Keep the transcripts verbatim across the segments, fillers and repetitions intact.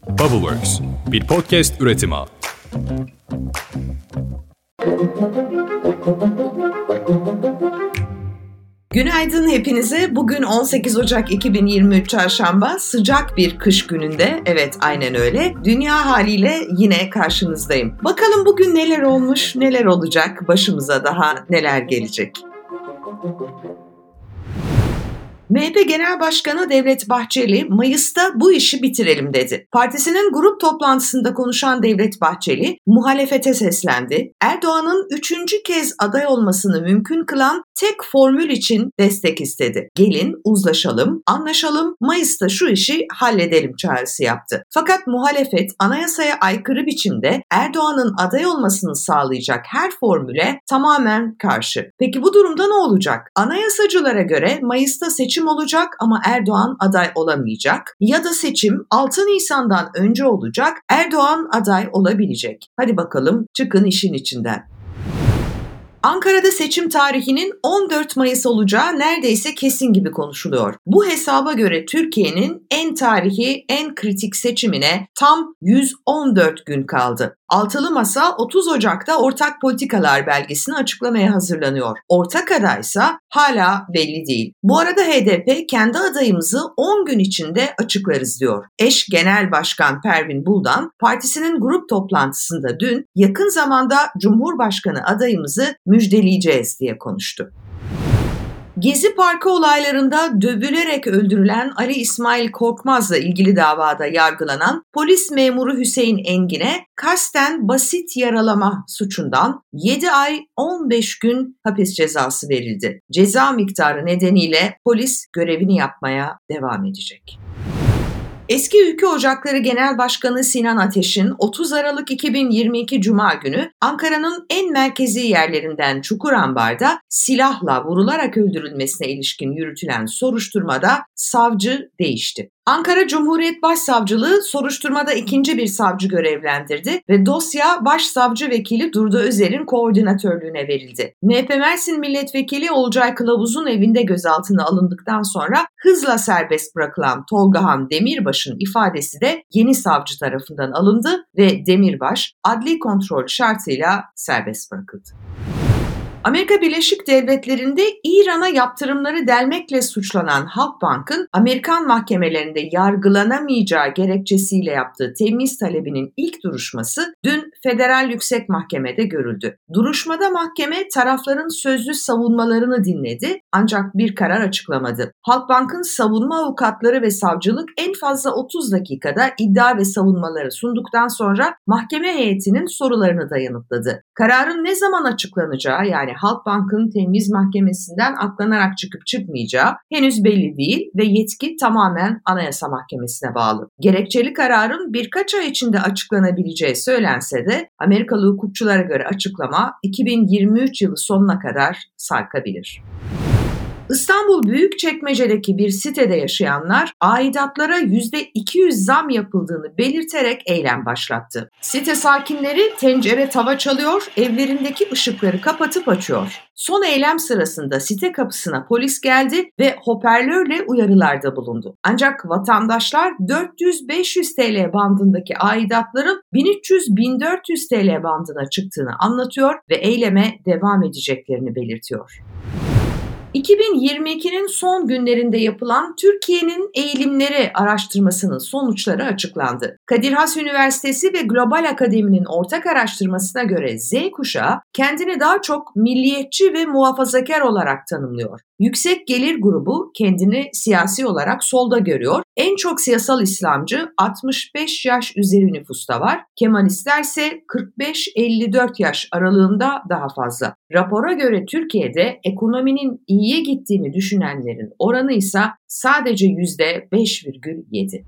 Bubbleworks, bir podcast üretimi. Günaydın hepinize. Bugün on sekiz Ocak iki bin yirmi üç Çarşamba, sıcak bir kış gününde. Evet, aynen öyle. Dünya haliyle yine karşınızdayım. Bakalım bugün neler olmuş, neler olacak, başımıza daha neler gelecek. M H P Genel Başkanı Devlet Bahçeli, Mayıs'ta bu işi bitirelim dedi. Partisinin grup toplantısında konuşan Devlet Bahçeli, muhalefete seslendi. Erdoğan'ın üçüncü kez aday olmasını mümkün kılan tek formül için destek istedi. Gelin, uzlaşalım, anlaşalım, Mayıs'ta şu işi halledelim çağrısı yaptı. Fakat muhalefet, anayasaya aykırı biçimde Erdoğan'ın aday olmasını sağlayacak her formüle tamamen karşı. Peki bu durumda ne olacak? Anayasacılara göre Mayıs'ta seçim olacak ama Erdoğan aday olamayacak, ya da seçim altı Nisan'dan önce olacak, Erdoğan aday olabilecek. Hadi bakalım, çıkın işin içinden. Ankara'da seçim tarihinin on dört Mayıs olacağı neredeyse kesin gibi konuşuluyor. Bu hesaba göre Türkiye'nin en tarihi, en kritik seçimine tam yüz on dört gün kaldı. Altılı Masa otuz Ocak'ta ortak politikalar belgesini açıklamaya hazırlanıyor. Ortak adaysa hala belli değil. Bu arada H D P kendi adayımızı on gün içinde açıklarız diyor. Eş Genel Başkan Pervin Buldan partisinin grup toplantısında dün yakın zamanda Cumhurbaşkanı adayımızı müjdeleyeceğiz diye konuştu. Gezi Parkı olaylarında dövülerek öldürülen Ali İsmail Korkmaz'la ilgili davada yargılanan polis memuru Hüseyin Engin'e kasten basit yaralama suçundan yedi ay on beş gün hapis cezası verildi. Ceza miktarı nedeniyle polis görevini yapmaya devam edecek. Eski Ülke Ocakları Genel Başkanı Sinan Ateş'in otuz Aralık iki bin yirmi iki Cuma günü Ankara'nın en merkezi yerlerinden Çukurambar'da silahla vurularak öldürülmesine ilişkin yürütülen soruşturmada savcı değişti. Ankara Cumhuriyet Başsavcılığı soruşturmada ikinci bir savcı görevlendirdi ve dosya Başsavcı Vekili Durdu Özer'in koordinatörlüğüne verildi. M H P Mersin Milletvekili Olcay Kılavuz'un evinde gözaltına alındıktan sonra hızla serbest bırakılan Tolgahan Demirbaş'ın ifadesi de yeni savcı tarafından alındı ve Demirbaş adli kontrol şartıyla serbest bırakıldı. Amerika Birleşik Devletleri'nde İran'a yaptırımları delmekle suçlanan Halkbank'ın Amerikan mahkemelerinde yargılanamayacağı gerekçesiyle yaptığı temyiz talebinin ilk duruşması dün Federal Yüksek Mahkeme'de görüldü. Duruşmada mahkeme tarafların sözlü savunmalarını dinledi ancak bir karar açıklamadı. Halkbank'ın savunma avukatları ve savcılık en fazla otuz dakikada iddia ve savunmaları sunduktan sonra mahkeme heyetinin sorularını da yanıtladı. Kararın ne zaman açıklanacağı, yani Halkbank'ın temyiz mahkemesinden aklanarak çıkıp çıkmayacağı henüz belli değil ve yetki tamamen Anayasa Mahkemesi'ne bağlı. Gerekçeli kararın birkaç ay içinde açıklanabileceği söylense de Amerikalı hukukçulara göre açıklama iki bin yirmi üç yılı sonuna kadar sarkabilir. İstanbul Büyükçekmece'deki bir sitede yaşayanlar aidatlara yüzde iki yüz zam yapıldığını belirterek eylem başlattı. Site sakinleri tencere tava çalıyor, evlerindeki ışıkları kapatıp açıyor. Son eylem sırasında site kapısına polis geldi ve hoparlörle uyarılarda bulundu. Ancak vatandaşlar dört yüz beş yüz TL bandındaki aidatların bin üç yüz bin dört yüz TL bandına çıktığını anlatıyor ve eyleme devam edeceklerini belirtiyor. iki bin yirmi ikinin son günlerinde yapılan Türkiye'nin eğilimleri araştırmasının sonuçları açıklandı. Kadir Has Üniversitesi ve Global Akademi'nin ortak araştırmasına göre Z kuşağı kendini daha çok milliyetçi ve muhafazakar olarak tanımlıyor. Yüksek gelir grubu kendini siyasi olarak solda görüyor. En çok siyasal İslamcı altmış beş yaş üzeri nüfusta var. Kemalistler ise kırk beş elli dört yaş aralığında daha fazla. Rapora göre Türkiye'de ekonominin iyiye gittiğini düşünenlerin oranı ise sadece yüzde beş virgül yedi.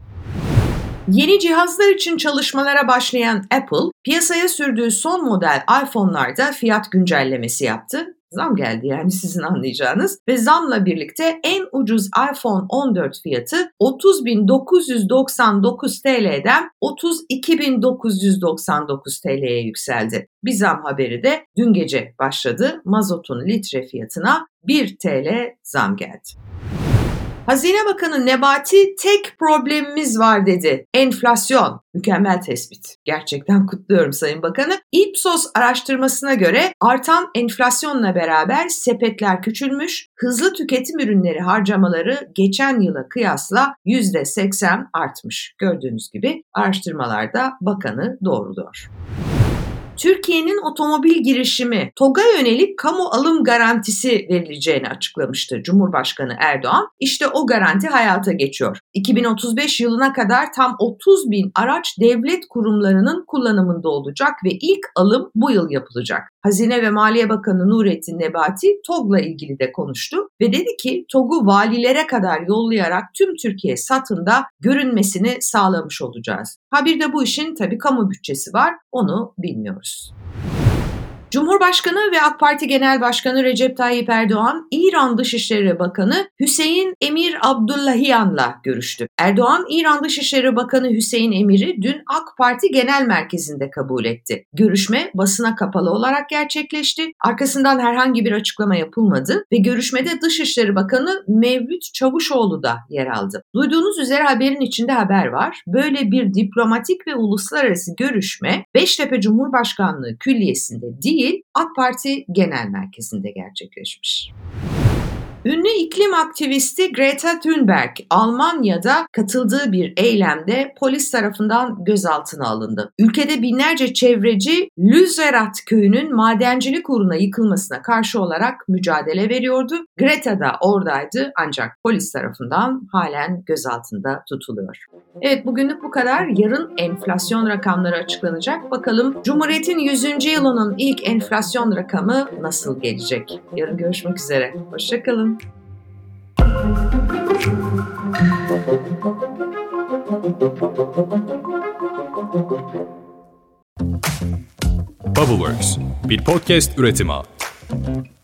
Yeni cihazlar için çalışmalara başlayan Apple, piyasaya sürdüğü son model iPhone'larda fiyat güncellemesi yaptı. Zam geldi yani sizin anlayacağınız ve zamla birlikte en ucuz iPhone on dört fiyatı otuz bin dokuz yüz doksan dokuz TL'den otuz iki bin dokuz yüz doksan dokuz TL'ye yükseldi. Bir zam haberi de dün gece başladı. Mazotun litre fiyatına bir TL zam geldi. Hazine Bakanı Nebati tek problemimiz var dedi. Enflasyon. Mükemmel tespit. Gerçekten kutluyorum Sayın Bakanı. Ipsos araştırmasına göre artan enflasyonla beraber sepetler küçülmüş, hızlı tüketim ürünleri harcamaları geçen yıla kıyasla yüzde seksen artmış. Gördüğünüz gibi araştırmalarda bakanı doğruluyor. Türkiye'nin otomobil girişimi TOG'a yönelik kamu alım garantisi verileceğini açıklamıştı Cumhurbaşkanı Erdoğan. İşte o garanti hayata geçiyor. iki bin otuz beş yılına kadar tam otuz bin araç devlet kurumlarının kullanımında olacak ve ilk alım bu yıl yapılacak. Hazine ve Maliye Bakanı Nurettin Nebati TOG'la ilgili de konuştu ve dedi ki TOG'u valilere kadar yollayarak tüm Türkiye satında görünmesini sağlamış olacağız. Ha bir de bu işin tabii kamu bütçesi var, onu bilmiyoruz. Cumhurbaşkanı ve AK Parti Genel Başkanı Recep Tayyip Erdoğan, İran Dışişleri Bakanı Hüseyin Emir Abdullahian'la görüştü. Erdoğan, İran Dışişleri Bakanı Hüseyin Emir'i dün AK Parti Genel Merkezi'nde kabul etti. Görüşme basına kapalı olarak gerçekleşti. Arkasından herhangi bir açıklama yapılmadı ve görüşmede Dışişleri Bakanı Mevlüt Çavuşoğlu da yer aldı. Duyduğunuz üzere haberin içinde haber var. Böyle bir diplomatik ve uluslararası görüşme Beştepe Cumhurbaşkanlığı Külliyesi'nde değil, AK Parti Genel Merkezi'nde gerçekleşmiş. Ünlü iklim aktivisti Greta Thunberg, Almanya'da katıldığı bir eylemde polis tarafından gözaltına alındı. Ülkede binlerce çevreci Lützerath köyünün madencilik uğruna yıkılmasına karşı olarak mücadele veriyordu. Greta da oradaydı ancak polis tarafından halen gözaltında tutuluyor. Evet, bugünlük bu kadar. Yarın enflasyon rakamları açıklanacak. Bakalım Cumhuriyet'in yüzüncü yılının ilk enflasyon rakamı nasıl gelecek? Yarın görüşmek üzere. Hoşça kalın. Bubbleworks, bir podcast üretimi.